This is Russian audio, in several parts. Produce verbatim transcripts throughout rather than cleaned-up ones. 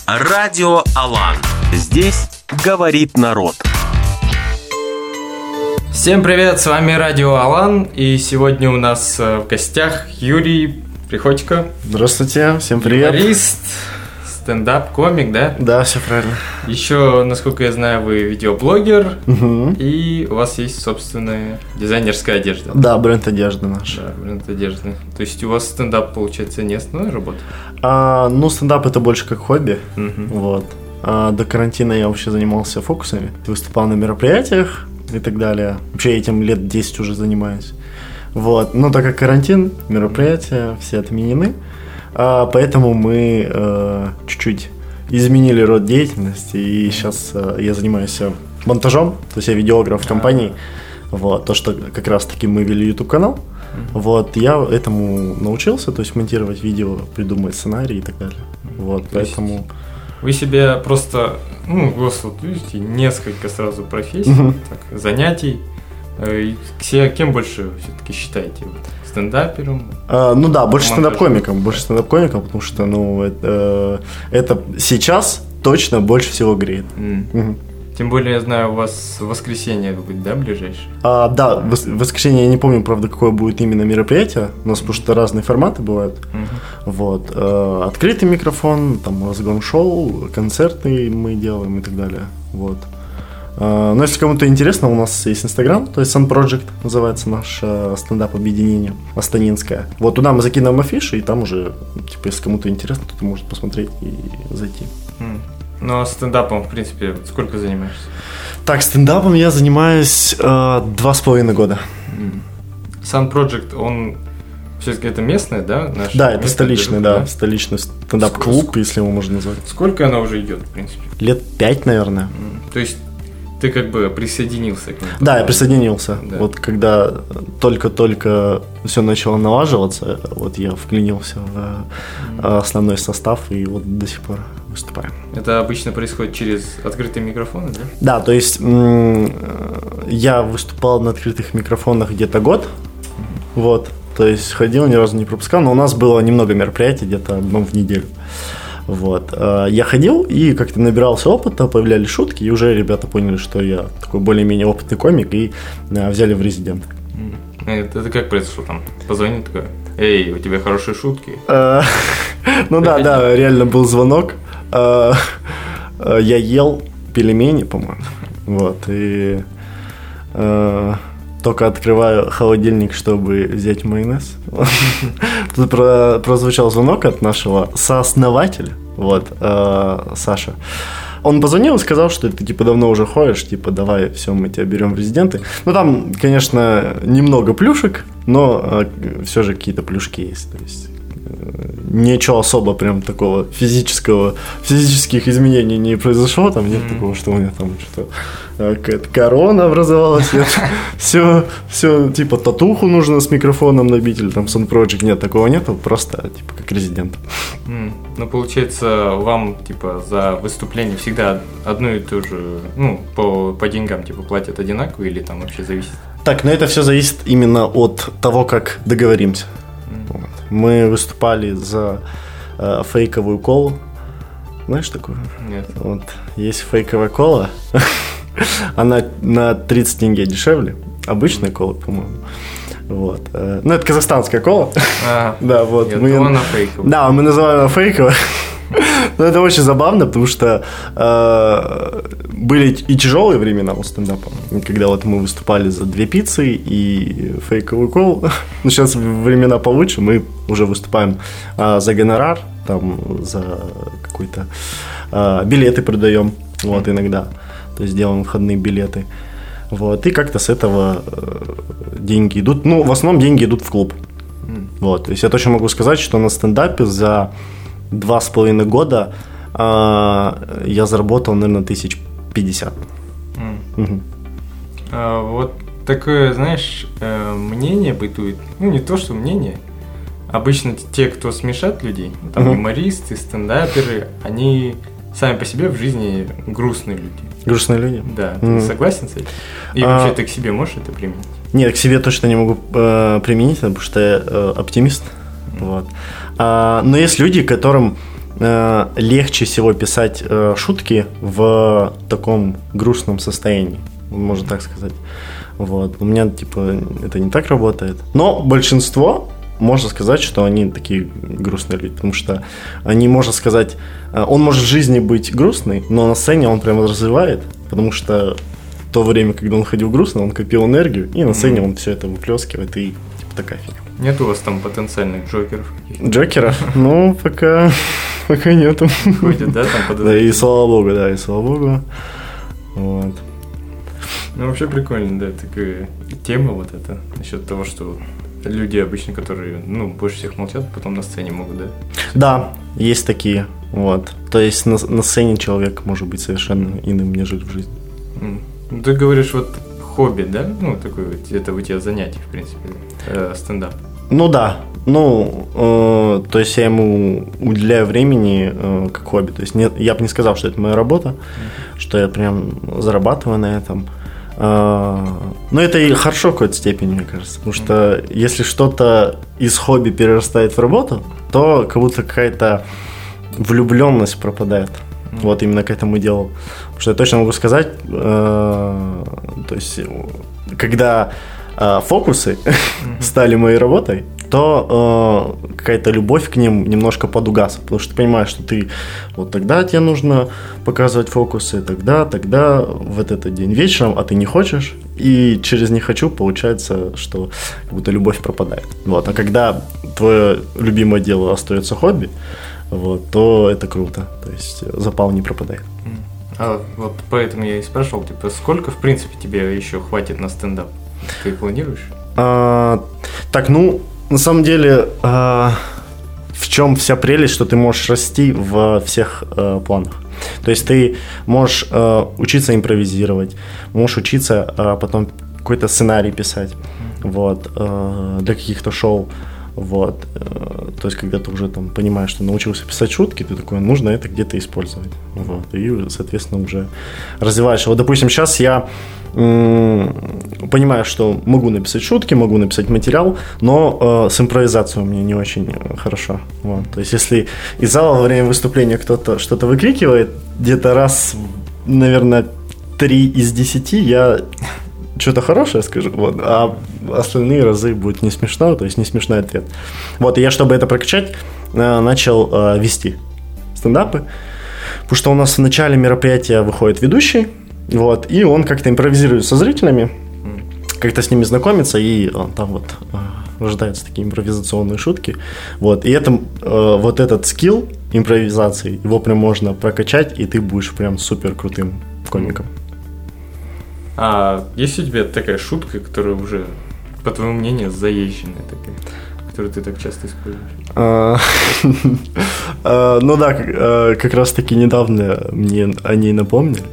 Радио Алан. Здесь говорит народ. Всем привет, с вами Радио Алан, и сегодня у нас в гостях Юрий Приходько. Здравствуйте, всем привет. Юморист, стендап-комик, да? Да, все правильно. Еще, насколько я знаю, вы видеоблогер, Угу. и у вас есть собственная дизайнерская одежда. Да, бренд одежды наш. Да, бренд одежды. То есть у вас стендап, получается, не основная работа? А, ну, стендап это больше как хобби. Угу. Вот. А до карантина я вообще занимался фокусами, выступал на мероприятиях и так далее. Вообще этим лет десять уже занимаюсь. Вот. Но так как карантин, мероприятия все отменены, а, поэтому мы э, чуть-чуть изменили род деятельности, и сейчас э, я занимаюсь монтажом, то есть я видеограф в компании. Вот. То, что как раз-таки мы вели YouTube-канал. Вот, я этому научился, то есть монтировать видео, придумывать сценарий и так далее. Вот, То есть поэтому... Вы себе просто, ну, господи, видите, несколько сразу профессий, Мгм. так, занятий. Э, и все- Кем больше все-таки считаете? Вот, стендапером? А, ну да, больше Монтаж. стендап-комиком, больше стендап-комиком, потому что, ну, это, это сейчас точно больше всего греет. М. Мгм. Тем более, я знаю, у вас воскресенье будет, да, ближайшее? А, да, в вос- в воскресенье я не помню, правда, какое будет именно мероприятие, у нас потому что разные форматы бывают. Мгм. Вот, э, открытый микрофон, там разгон-шоу, концерты мы делаем и так далее. Вот. Э, но если кому-то интересно, у нас есть Инстаграм, то есть Sun Project называется наше стендап-объединение Астанинское. Вот туда мы закинем афиши, и там уже, типа, если кому-то интересно, то может посмотреть и зайти. М. Ну, а стендапом, в принципе, вот сколько занимаешься? Так, стендапом я занимаюсь э, два с половиной года. Sun Project, он все-таки это местное, да? наше Да, это местное столичный, движуха, да, столичный стендап-клуб, если его можно назвать. Сколько она уже идет, в принципе? Лет пять, наверное. М. То есть ты как бы присоединился к нему? Да, я присоединился. Да. Вот когда только-только все начало налаживаться, вот я вклинился в э, основной состав и вот до сих пор выступаю. Это обычно происходит через открытые микрофоны, да? Да, то есть м, э, я выступал на открытых микрофонах где-то год, вот, то есть ходил, ни разу не пропускал, но у нас было немного мероприятий, где-то одно в неделю. Вот. Э, Я ходил и как-то набирался опыта, появлялись шутки, и уже ребята поняли, что я такой более-менее опытный комик, и э, взяли в резидент. М. Это, это как произошло там? Позвонит такой: эй, у тебя хорошие шутки. Э, Ну да, да, реально был звонок. Э, э, Я ел пельмени, по-моему. Вот, и э, только открываю холодильник, чтобы взять майонез. Тут про- прозвучал звонок от нашего сооснователя, вот, э, Саша. Он позвонил и сказал, что ты, типа, давно уже ходишь, типа, давай, все, мы тебя берем в резиденты. Ну, там, конечно, немного плюшек, но все же какие-то плюшки есть, то есть э, ничего особо прям такого физического, физических изменений не произошло, там нет такого, что у меня там что-то э, какая-то корона образовалась, все, все, типа, татуху нужно с микрофоном набить, или там Sun Project, нет, такого нету, просто, типа, как резидент. М. Ну, получается, вам, типа, за выступление всегда одну и ту же, ну, по, по деньгам, типа, платят одинаково или там вообще зависит? Так, но это все зависит именно от того, как договоримся. Вот. Мы выступали за э, фейковую колу. Знаешь такую? Нет. Вот. Есть фейковая кола. Она на тридцать тенге дешевле обычной колы, по-моему. Вот. Э, Ну, это казахстанская кола. А, Да, вот. нет, мы её- она фейковая. Да, мы называем ее фейковой. Но это очень забавно, потому что э, были и тяжелые времена у стендапа, когда вот мы выступали за две пиццы и фейковый кол. Но сейчас времена получше, мы уже выступаем э, за гонорар, там за какой-то э, билеты продаем, вот иногда, то есть делаем входные билеты. Вот, и как-то с этого э, деньги идут. Ну, в основном деньги идут в клуб. М. Вот, то есть я точно могу сказать, что на стендапе за два с половиной года э, я заработал, наверное, тысяч пятьдесят. М. Мгм. А, вот такое, знаешь, э, мнение бытует. Ну, не то, что мнение. Обычно те, кто смешат людей, ну, там, Мгм. юмористы, стендаперы, они сами по себе в жизни грустные люди. Грустные люди. Да, ты Мгм. согласен с этим? И А- вообще ты к себе можешь это применить? Нет, к себе точно не могу э, применить, потому что я э, оптимист. Вот. А, но есть люди, которым э, легче всего писать э, шутки в таком грустном состоянии, можно так сказать. Вот. У меня, типа, это не так работает. Но большинство, можно сказать, что они такие грустные люди, потому что они, можно сказать, он может в жизни быть грустный, но на сцене он прямо развивает, потому что в то время, когда он ходил грустно, он копил энергию, и на сцене он все это выплескивает, и типа такая фигня. Нет у вас там потенциальных джокеров каких-то? Джокеров? Ну, пока, пока нету. Ходят, да, там подозрительно? Да, и слава богу, да, и слава богу. Вот. Ну, вообще прикольно, да, такая тема вот эта, насчет того, что люди обычно, которые, ну, больше всех молчат, потом на сцене могут, да? Да, есть такие, вот. То есть на, на сцене человек может быть совершенно иным, нежели в жизни. Mm. Ну, ты говоришь, вот хобби, да? Ну, такое вот, это у тебя занятие, в принципе, э, стендап. Ну да, ну, э, то есть я ему уделяю времени э, как хобби. То есть нет, я бы не сказал, что это моя работа, mm-hmm. что я прям зарабатываю на этом. Э, но это и хорошо в какой-то степени, мне кажется. Потому что mm-hmm. если что-то из хобби перерастает в работу, то как будто какая-то влюбленность пропадает. Mm-hmm. Вот именно к этому делу. Потому что я точно могу сказать, э, то есть когда э, фокусы mm-hmm. стали моей работой, то э, какая-то любовь к ним немножко подугасла, потому что ты понимаешь, что ты вот тогда тебе нужно показывать фокусы, тогда, тогда, в этот день вечером, а ты не хочешь, и через «не хочу» получается, что как будто любовь пропадает. Вот. А когда твое любимое дело остается хобби, вот, то это круто, то есть запал не пропадает. А вот поэтому я и спрашивал, типа, сколько, в принципе, тебе еще хватит на стендап? Ты планируешь? А, так, ну, на самом деле, а, в чем вся прелесть, что ты можешь расти во всех а, планах. То есть ты можешь а, учиться импровизировать, можешь учиться а, потом какой-то сценарий писать, mm-hmm. вот, а, для каких-то шоу. Вот, то есть, когда ты уже там понимаешь, что научился писать шутки, ты такой, нужно это где-то использовать. Вот, и, соответственно, уже развиваешь. Вот, допустим, сейчас я м- понимаю, что могу написать шутки, могу написать материал, но э, с импровизацией у меня не очень хорошо. Вот, то есть, если из зала во время выступления кто-то что-то выкрикивает, где-то раз, наверное, три из десяти я что-то хорошее скажу, вот, а остальные разы будет не смешно, то есть не смешной ответ. Вот, и я, чтобы это прокачать, начал э, вести стендапы, потому что у нас в начале мероприятия выходит ведущий, вот, и он как-то импровизирует со зрителями, как-то с ними знакомится, и он там вот э, рождаются такие импровизационные шутки, вот, и это, э, вот этот скилл импровизации, его прям можно прокачать, и ты будешь прям супер крутым комиком. А есть у тебя такая шутка, которая уже, по твоему мнению, заезженная такая, которую ты так часто используешь? Ну да, как раз таки недавно мне о ней напомнили.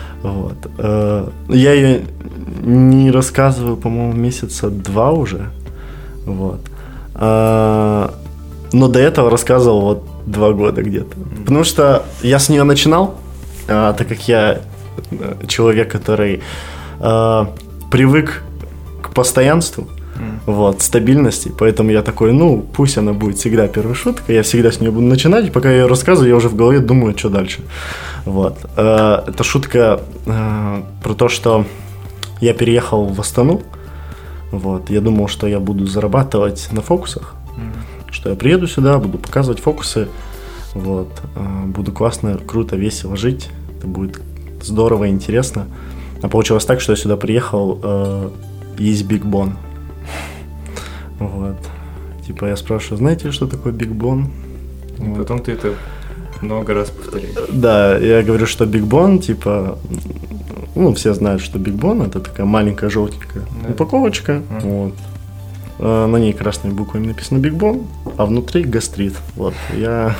Я ее не рассказываю, по-моему, месяца два уже. Вот. Но до этого рассказывал вот два года где-то. Потому что я с нее начинал, так как я человек, который э, привык к постоянству, mm. вот, стабильности, поэтому я такой, ну, пусть она будет всегда первой шуткой, я всегда с нее буду начинать, и пока я ее рассказываю, я уже в голове думаю, что дальше. Вот. Э, это шутка э, про то, что я переехал в Астану, вот, я думал, что я буду зарабатывать на фокусах, mm. что я приеду сюда, буду показывать фокусы, вот, э, буду классно, круто, весело жить, это будет здорово, интересно. А получилось так, что я сюда приехал, э, есть Big Bon. Вот. Типа я спрашиваю, знаете, что такое Big Bon? И вот. Потом ты это много раз повторяешь. Да, я говорю, что Big Bon, типа, ну, все знают, что Big Bon это такая маленькая желтенькая да. упаковочка. Mm. Вот. А на ней красными буквами написано Big Bon, а внутри гастрит. Вот. Я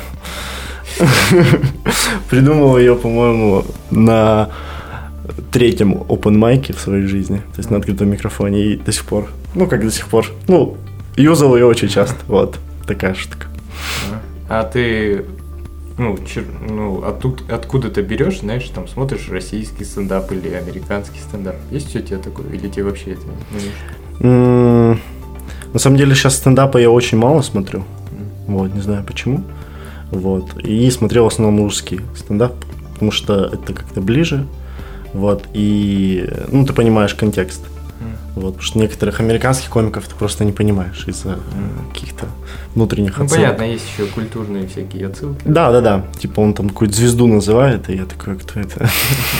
придумал ее, по-моему, на третьем open майке в своей жизни, то есть на открытом микрофоне, и до сих пор, ну как до сих пор, ну, юзал ее очень часто, вот, такая штука. А ты, ну, чер, ну оттуда, откуда ты берешь, знаешь, там смотришь российский стендап или американский стендап, есть у тебя такое, или тебе вообще это не нужно? На самом деле сейчас стендапа я очень мало смотрю, mm. вот, не знаю почему. Вот. И смотрел в основном русский стендап, потому что это как-то ближе. Вот. И, ну, ты понимаешь контекст. Вот, потому что некоторых американских комиков ты просто не понимаешь из-за mm. каких-то внутренних ну, отсылок. Ну, понятно, есть еще культурные всякие отсылки. Да, да, да. Типа он там какую-то звезду называет, и я такой, кто это?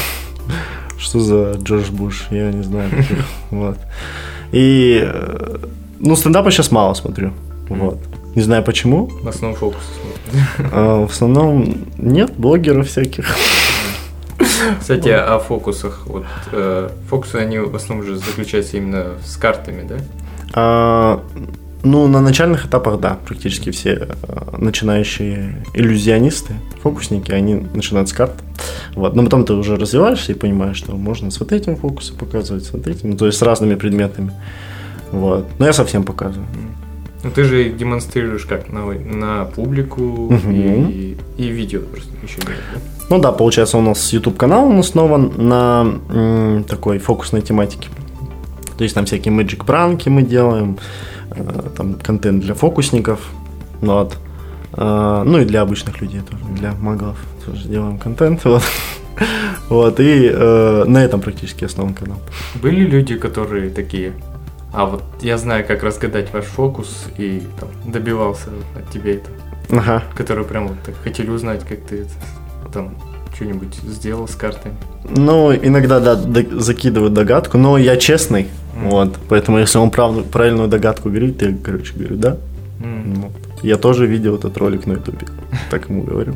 Что за Джордж Буш? Я не знаю. Вот. И, ну, стендапа сейчас мало смотрю. Вот. Не знаю почему. В основном фокусы смотрю. В основном нет блогеров всяких. Кстати, о фокусах. Вот, э, фокусы, они в основном же заключаются именно с картами, да? А, ну, на начальных этапах, да, практически все начинающие иллюзионисты, фокусники, они начинают с карт. Вот. Но потом ты уже развиваешься и понимаешь, что можно с вот этим фокусы показывать, с вот этим, ну, то есть с разными предметами. Вот. Но я совсем показываю. Ну, ты же демонстрируешь как на, на публику угу. и, и видео просто еще нет, да? Ну да, получается, у нас YouTube-канал он основан на м, такой фокусной тематике. То есть там всякие мэджик-пранки мы делаем, э, там контент для фокусников, вот. Э, ну и для обычных людей тоже, для маглов тоже делаем контент, вот. Вот, и э, на этом практически основан канал. Были люди, которые такие: а вот я знаю, как разгадать ваш фокус, и там добивался от тебя этого. Ага. Которые прям вот так хотели узнать, как ты это, там что-нибудь сделал с картами. Ну, иногда, да, д- закидывают догадку, но я честный, mm. вот, поэтому если он прав- правильную догадку говорит, я, короче, говорю, да. Mm. Вот. Я тоже видел этот ролик на ютубе, так ему говорю.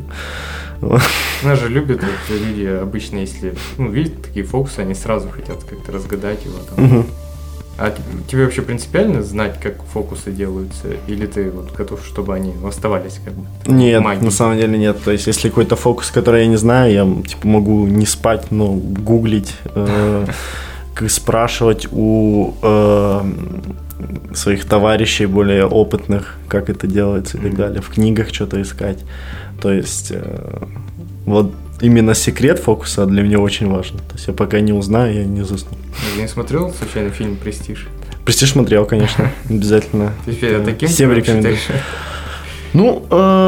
Нас же любят вот, люди обычно, если ну, видят такие фокусы, они сразу хотят как-то разгадать его там. Mm-hmm. А тебе вообще принципиально знать, как фокусы делаются? Или ты вот готов, чтобы они оставались как бы Нет, магией? На самом деле нет. То есть, если какой-то фокус, который я не знаю, я типа могу не спать, но гуглить, э, спрашивать у э, своих товарищей более опытных, как это делается и так далее. В книгах что-то искать. То есть, э, вот именно секрет фокуса для меня очень важен. То есть, я пока не узнаю, я не засну. Ты не смотрел случайно фильм «Престиж»? «Престиж» смотрел, конечно, обязательно. Ты теперь таким всем рекомендую. Ну,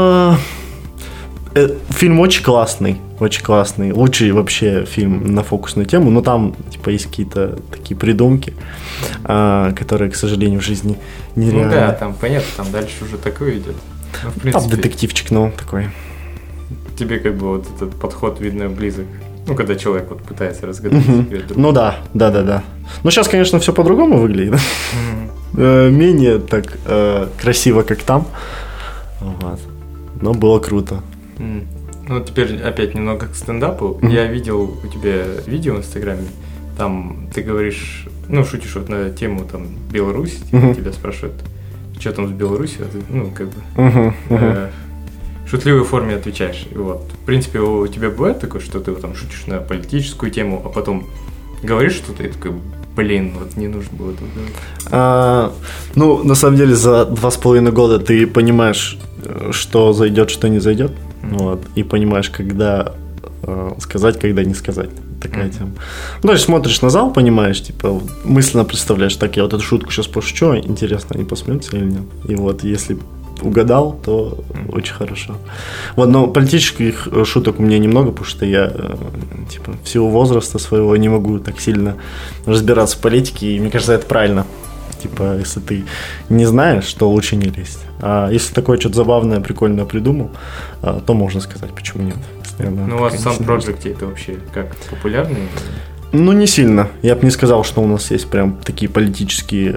фильм очень классный, очень классный. Лучший вообще фильм на фокусную тему, но там, типа, есть какие-то такие придумки, которые, к сожалению, в жизни нереальны. Ну да, там, понятно, там дальше уже такое идет. Ну, в принципе, там детективчик, ну, такой. Тебе как бы вот этот подход, видно, близок. Ну, когда человек вот пытается разгадать mm-hmm. секрет друг. Ну да, да, да, да. Ну, сейчас, конечно, все по-другому выглядит. Mm-hmm. Менее так э, красиво, как там. Вот. Но было круто. Mm. Ну, теперь опять немного к стендапу. Mm-hmm. Я видел у тебя видео в Инстаграме. Там ты говоришь, ну, шутишь вот на тему там Беларусь. Mm-hmm. Тебя спрашивают, что там с Беларусью? А ты, ну, как бы... Mm-hmm. Э, в шутливой форме отвечаешь. И вот. В принципе, у тебя бывает такое, что ты вот там шутишь на политическую тему, а потом говоришь что-то и такой, блин, вот не нужно было это говорить. А, ну, на самом деле, за два с половиной года ты понимаешь, что зайдет, что не зайдет. Mm-hmm. Вот, и понимаешь, когда э, сказать, когда не сказать. Такая mm-hmm. тема. Ну, то есть смотришь на зал, понимаешь, типа, мысленно представляешь, так, я вот эту шутку сейчас пошучу, интересно, они посмеются или нет. И вот, если угадал, то mm. очень хорошо. Вот, но политических шуток у меня немного, потому что я, типа, в силу возраста своего не могу так сильно разбираться в политике, и мне кажется, это правильно. Типа, если ты не знаешь, то лучше не лезть. А если такое что-то забавное, прикольное придумал, то можно сказать, почему нет. Ну, у вас сам Project это вообще как, популярный? Ну, не сильно. Я бы не сказал, что у нас есть прям такие политические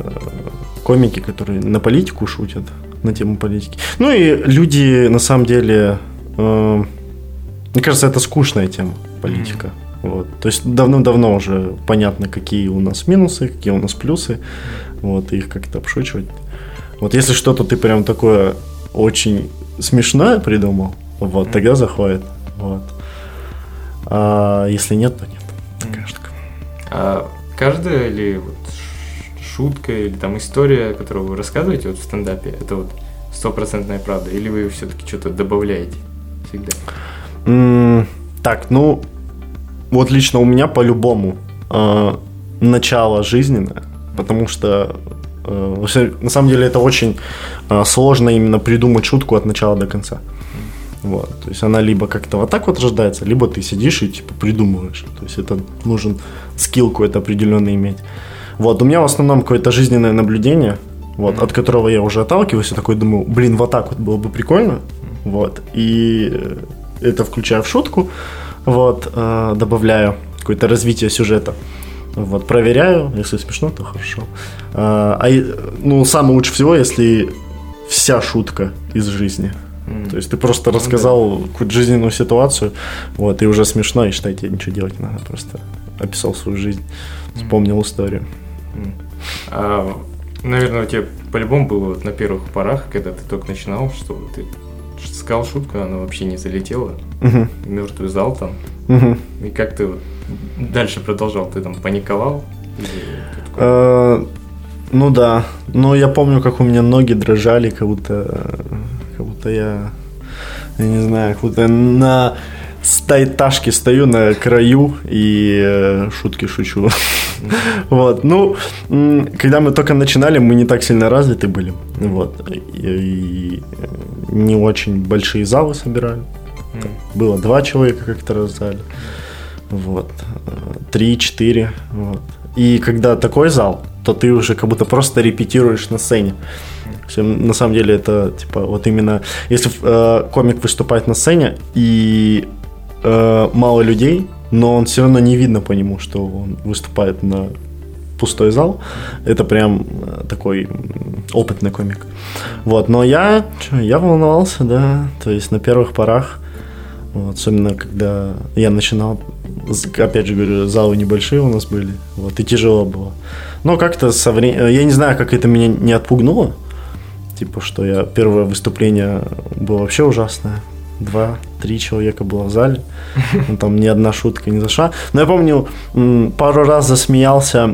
комики, которые на политику шутят, на тему политики. Ну и люди, на самом деле, э, мне кажется, это скучная тема, политика. Mm-hmm. Вот. То есть давным-давно уже понятно, какие у нас минусы, какие у нас плюсы, вот, и их как-то обшучивать. Вот если что-то ты прям такое очень смешное придумал, вот, mm-hmm. тогда заходит. Вот. А если нет, то нет. Такая штука. А каждая ли вот шутка или там история, которую вы рассказываете вот в стендапе, это вот стопроцентная правда? Или вы все-таки что-то добавляете всегда? Mm, так, ну, вот лично у меня по-любому э, начало жизненное, потому что э, на самом деле это очень э, сложно именно придумать шутку от начала до конца. Вот, то есть она либо как-то вот так вот рождается, либо ты сидишь и типа придумываешь. То есть это нужен скилл какой-то определенный иметь. Вот, у меня в основном какое-то жизненное наблюдение, вот, mm-hmm. от которого я уже отталкиваюсь и такой думаю, блин, вот так вот было бы прикольно. Mm-hmm. Вот, и это включаю в шутку, вот, э, добавляю какое-то развитие сюжета. Вот, проверяю, если смешно, то хорошо. А, а ну, самое лучше всего, если вся шутка из жизни. Mm. То есть ты просто ну, рассказал да. какую-то жизненную ситуацию, вот, и уже смешно, и считай, тебе ничего делать не надо. Просто описал свою жизнь, вспомнил mm. историю. Mm. А, наверное, у тебя по-любому было вот на первых порах, когда ты только начинал, что ты сказал шутку, она вообще не залетела. Uh-huh. Мертвый зал там. Uh-huh. И как ты вот дальше продолжал? Ты там паниковал? Или uh, ну да. Но я помню, как у меня ноги дрожали, как будто, как будто я, я не знаю, как будто на стоэтажке стою на краю и э, шутки шучу. Mm-hmm. Вот. Ну, когда мы только начинали, мы не так сильно развиты были. Вот. И, и не очень большие залы собирали. Mm-hmm. Было два человека как-то раз в зале. Вот. Три-четыре. Вот. И когда такой зал, то ты уже как будто просто репетируешь на сцене. На самом деле это типа вот именно если э, комик выступает на сцене и э, мало людей, но он все равно не видно по нему, что он выступает на пустой зал. Это прям такой опытный комик. Вот, но я, что, я волновался, да, то есть на первых порах, вот, особенно когда я начинал, опять же говорю, залы небольшие у нас были, вот, и тяжело было. Но как-то со временем, я не знаю, как это меня не отпугнуло, типа, что я первое выступление было вообще ужасное. Два-три человека было в зале. Ну, там ни одна шутка не зашла. Но я помню, пару раз засмеялся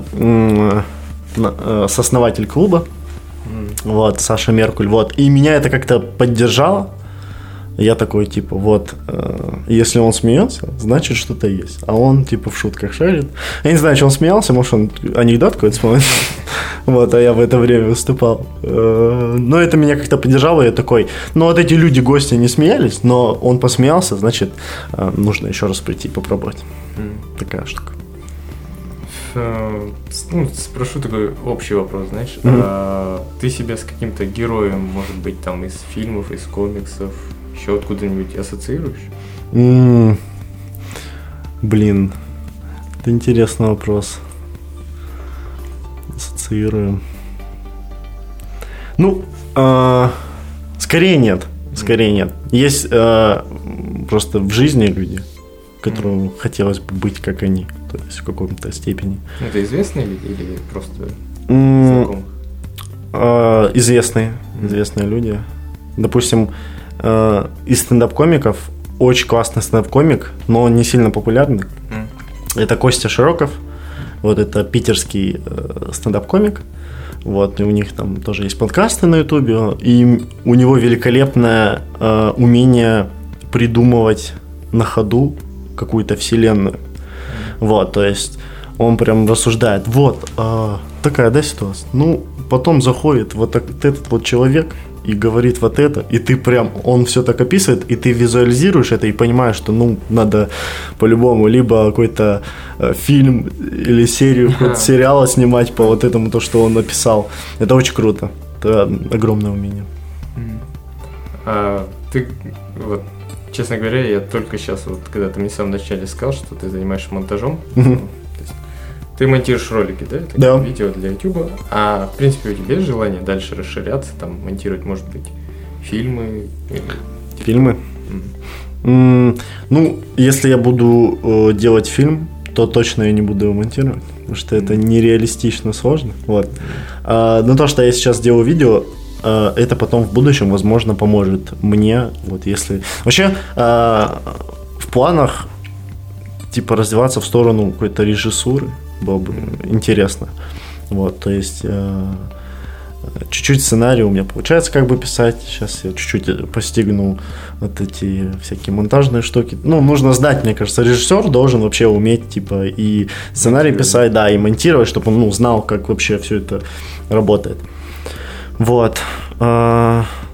сооснователь клуба. Вот, Саша Меркуль. Вот. И меня это как-то поддержало. Я такой, типа, вот, э, если он смеется, значит, что-то есть. А он, типа, в шутках шарит. Я не знаю, что он смеялся, может, он анекдот какой-то вспомнил. Вот, а я в это время выступал. Но это меня как-то поддержало, я такой, ну, вот эти люди, гости, не смеялись, но он посмеялся, значит, нужно еще раз прийти и попробовать. Такая штука. Ну, спрошу такой общий вопрос, знаешь. Mm-hmm. А, ты себя с каким-то героем, может быть, там, из фильмов, из комиксов, еще откуда-нибудь ассоциируешь? Mm. Блин, это интересный вопрос. Ассоциируем. Ну, э, скорее нет. Скорее нет. Есть э, просто в жизни люди, которым mm. хотелось бы быть как они. То есть в каком-то степени. Это известные люди или просто mm. знакомых? Э, известные. Mm. Известные люди. Допустим, э, из стендап-комиков очень классный стендап-комик, но он не сильно популярный. Mm. Это Костя Широков. Вот это питерский э, стендап-комик. Вот, и у них там тоже есть подкасты на Ютубе. И у него великолепное э, умение придумывать на ходу какую-то вселенную. Вот, то есть он прям рассуждает. Вот, э, такая, да, ситуация. Ну, потом заходит вот так, этот вот человек и говорит вот это, и ты прям, он все так описывает, и ты визуализируешь это и понимаешь, что, ну, надо по-любому либо какой-то э, фильм или серию какого-то сериала снимать по вот этому, то, что он написал. Это очень круто. Это огромное умение. А, ты, вот, честно говоря, я только сейчас, вот, когда ты мне в самом начале сказал, что ты занимаешься монтажом, mm-hmm. Ты монтируешь ролики, да? Так, да. Видео для YouTube. А в принципе у тебя есть желание дальше расширяться, там монтировать, может быть, фильмы? Или... Фильмы? Mm. Mm, ну, если я буду э, делать фильм, то точно я не буду его монтировать, потому что mm. это нереалистично сложно. Вот. А, но то, что я сейчас делаю видео, э, это потом в будущем, возможно, поможет мне. Вот если вообще э, в планах типа развиваться в сторону какой-то режиссуры. Было бы интересно. Вот, то есть э, чуть-чуть сценарий у меня получается как бы писать. Сейчас я чуть-чуть постигну вот эти всякие монтажные штуки. Ну, нужно знать, мне кажется, режиссер должен вообще уметь, типа, и сценарий писать, да, и монтировать, чтобы он, ну, знал, как вообще все это работает. Вот. Э,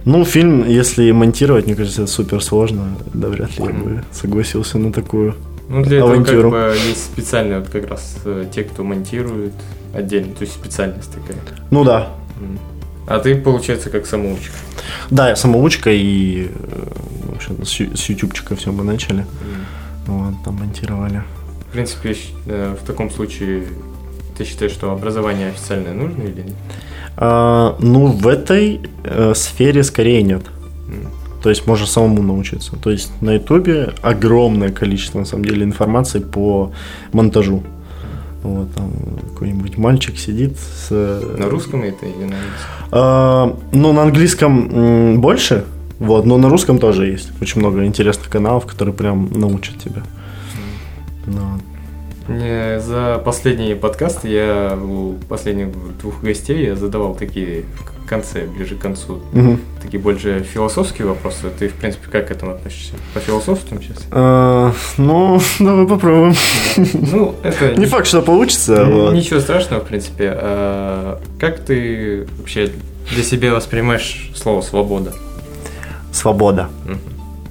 Ну, фильм, если монтировать, мне кажется, это супер сложно. Да, вряд ли я бы согласился на такую Ну, для этого авантюру. как бы есть специальные вот как раз э, те, кто монтирует отдельно, то есть специальность такая. Ну да. М. А ты, получается, как самоучка. Да, я самоучка и э, вообще с, ю- с ютубчика все мы начали. М. Вот, там монтировали. В принципе, щ- э, в таком случае ты считаешь, что образование официальное нужно или нет? А, ну, в этой э, сфере скорее нет. М. То есть можно самому научиться. То есть на ютубе огромное количество, на самом деле, информации по монтажу. Вот, там какой-нибудь мальчик сидит с... На русском это или на английском? А, ну, на английском м, больше, вот, но на русском тоже есть очень много интересных каналов, которые прям научат тебя. Ну, Мне за последние подкасты я у последних двух гостей я задавал такие в конце, ближе к концу, мгм. такие больше философские вопросы. Ты, в принципе, как к этому относишься? По философствам сейчас? А, ну, давай попробуем. Ну, это Не факт, что получится. вот. ничего страшного, в принципе. А как ты вообще для себя воспринимаешь слово «свобода»? Свобода. Мгм.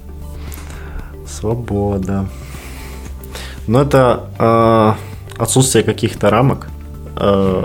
Свобода. Но это э, отсутствие каких-то рамок э,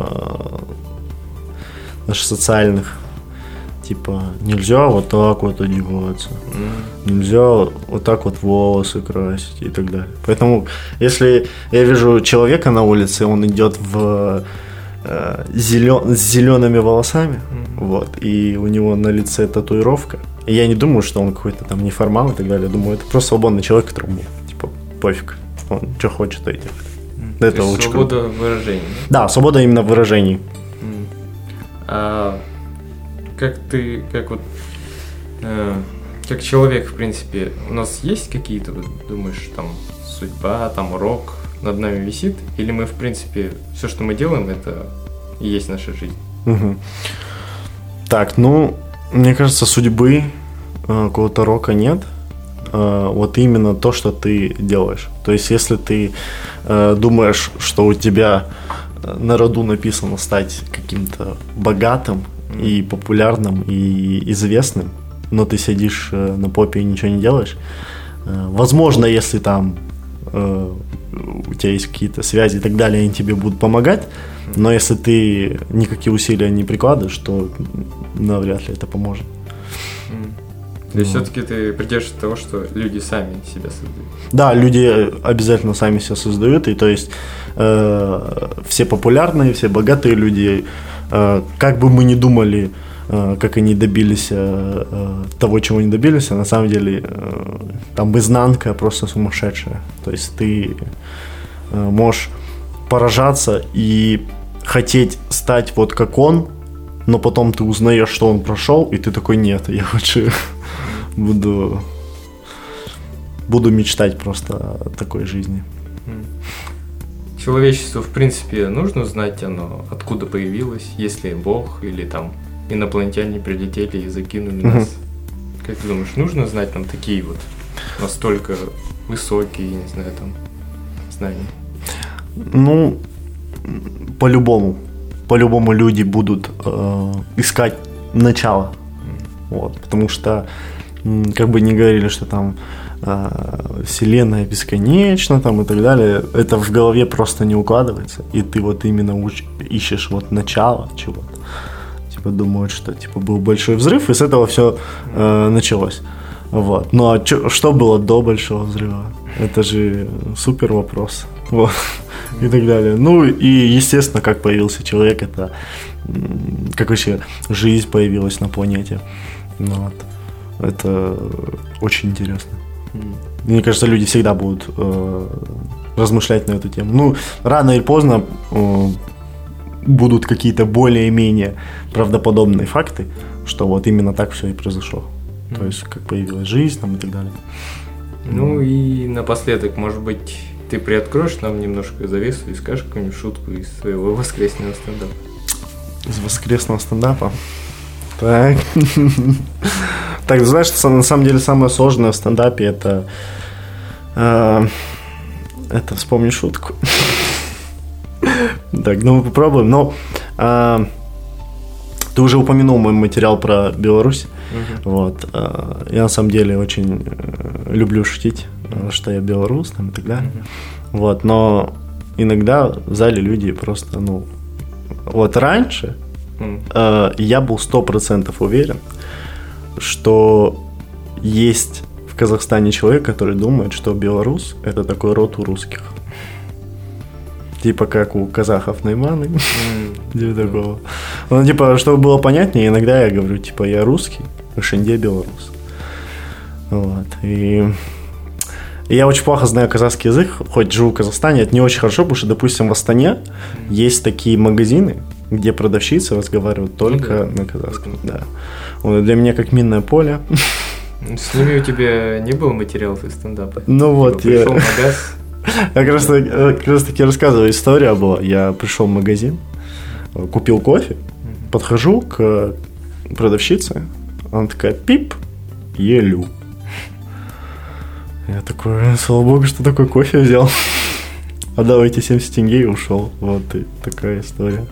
наших социальных. Типа, нельзя вот так вот одеваться, М. нельзя вот так вот волосы красить и так далее. Поэтому, если я вижу человека на улице, он идет в э, зелен- с зелеными волосами, Мгм. вот, и у него на лице татуировка, и я не думаю, что он какой-то там неформал и так далее. Я думаю, это просто свободный человек, которому типа пофиг, он что хочет, то и делает. М. Это То есть очень свобода выражения. Да, свобода именно в выражении. М. А как ты, как вот, э, как человек, в принципе, у нас есть какие-то, вот, думаешь, там, судьба, там, урок над нами висит? Или мы, в принципе, все, что мы делаем, это и есть наша жизнь? Мгм. Так, ну, мне кажется, судьбы э, какого-то рока нет. Э, вот именно то, что ты делаешь. То есть, если ты э, думаешь, что у тебя э, на роду написано стать каким-то богатым и популярным и известным, но ты сидишь э, на попе и ничего не делаешь, э, возможно, если там э, у тебя есть какие-то связи и так далее, они тебе будут помогать, но если ты никакие усилия не прикладываешь, то навряд ли это поможет. М. То есть Ну. все-таки ты придерживаешься того, что люди сами себя создают? Да, люди обязательно сами себя создают, и то есть э, все популярные, все богатые люди, э, как бы мы ни думали, э, как они добились э, э, того, чего они добились, а на самом деле э, там изнанка просто сумасшедшая. То есть ты э, можешь поражаться и хотеть стать вот как он, но потом ты узнаешь, что он прошел, и ты такой: нет, я лучше буду буду мечтать просто о такой жизни. М. Человечеству, в принципе, нужно знать оно, откуда появилось, если Бог или там инопланетяне прилетели и закинули Мгм. нас. Как ты думаешь, нужно знать нам такие вот настолько высокие, не знаю, там, знания? Ну, по-любому. По-любому люди будут э, искать начало. Вот, потому что, м, как бы ни говорили, что там э, Вселенная бесконечна там, и так далее, это в голове просто не укладывается. И ты вот именно уч- ищешь вот начало чего-то. Типа думают, что типа был большой взрыв, и с этого все э, началось. Вот. Ну а чё- что было до большого взрыва? Это же супер вопрос. Вот. И так далее. Ну и, естественно, как появился человек, это м, как вообще жизнь появилась на планете. Ну, вот. Это очень интересно. М. Мне кажется, люди всегда будут э, размышлять на эту тему. Ну, рано или поздно э, будут какие-то более-менее правдоподобные факты, что вот именно так все и произошло. То Мгм. есть, как появилась жизнь там, и так далее. Ну и напоследок, может быть, ты приоткроешь нам немножко завесу и скажешь какую-нибудь шутку из своего воскресного стендапа? Из воскресного стендапа. Так. Так, ты знаешь, что на самом деле самое сложное в стендапе это... э, Это вспомни шутку. Так, ну мы попробуем. Но э, ты уже упомянул мой материал про Беларусь. Uh-huh. Вот. Я на самом деле очень люблю шутить, uh-huh. что я белорус там, и так далее. Uh-huh. Вот. Но иногда в зале люди просто, ну... Вот раньше uh-huh. я был сто процентов уверен, что есть в Казахстане человек, который думает, что белорус – это такой род у русских. Типа как у казахов найманы. Типа такого. Ну, типа, чтобы было понятнее, иногда я говорю, типа, я русский, в Ишинде белорус. Вот. И... и я очень плохо знаю казахский язык, хоть живу в Казахстане, это не очень хорошо, потому что, допустим, в Астане есть такие магазины, где продавщицы разговаривают только ну, да. на казахском. Да. Вот, для меня как минное поле. С ними у тебя не было материалов из стендапа? Ну типа, вот, пришел я... в магаз. Я как раз, как раз таки рассказываю, история была. Я пришел в магазин, купил кофе, mm-hmm. подхожу к продавщице, она такая, пип, елю. Я такой, слава богу, что такой кофе взял. А давайте семьдесят тенге и ушел. Вот и такая история.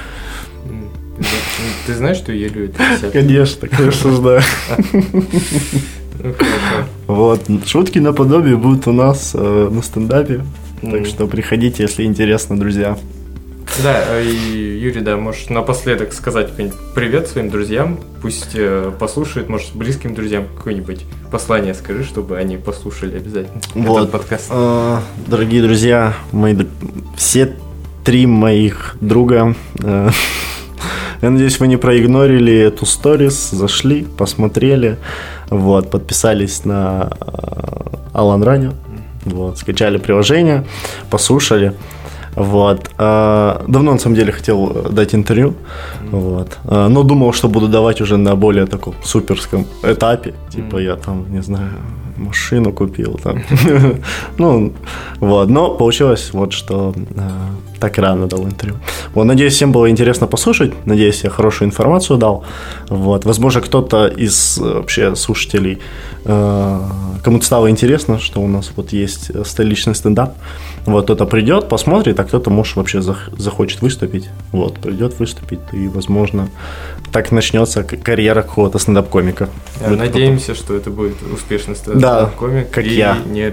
Ты знаешь, что елю это десятка? Конечно, конечно, знаю. Ну, хорошо. Вот, шутки наподобие будут у нас э, на стендапе, mm. так что приходите, если интересно, друзья. Да, и Юрий, да, можешь напоследок сказать какой-нибудь привет своим друзьям, пусть э, послушают, может, близким друзьям какое-нибудь послание скажи, чтобы они послушали обязательно вот. этот подкаст. Э, дорогие друзья, мои, все три моих друга, э, я надеюсь, вы не проигнорили эту сторис, зашли, посмотрели, вот, подписались на Алан Радио, вот, скачали приложение, послушали. Вот. Давно, на самом деле, хотел дать интервью, вот. Но думал, что буду давать уже на более таком суперском этапе. Типа я там, не знаю, машину купил. Там. Ну, вот. Но получилось вот, что так рано дал интервью. Вот, надеюсь, всем было интересно послушать. Надеюсь, я хорошую информацию дал. Вот. Возможно, кто-то из вообще слушателей, кому-то стало интересно, что у нас вот есть столичный стендап. Вот, кто-то придет, посмотрит, а кто-то, может, вообще захочет выступить. Вот, придет выступить, и, возможно, так начнется карьера какого-то стендап-комика. Да, надеемся, что это будет успешный стендап-комик. Да, как я. Не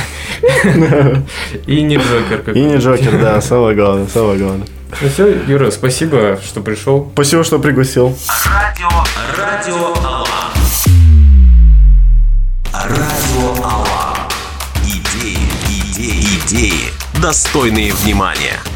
и не Джокер. И не Джокер, да, самое главное, самое главное. Ну все, Юра, спасибо, что пришел. Спасибо, что пригласил. Радио, радио Алан. Радио Алан. Идеи, идеи, идеи, достойные внимания.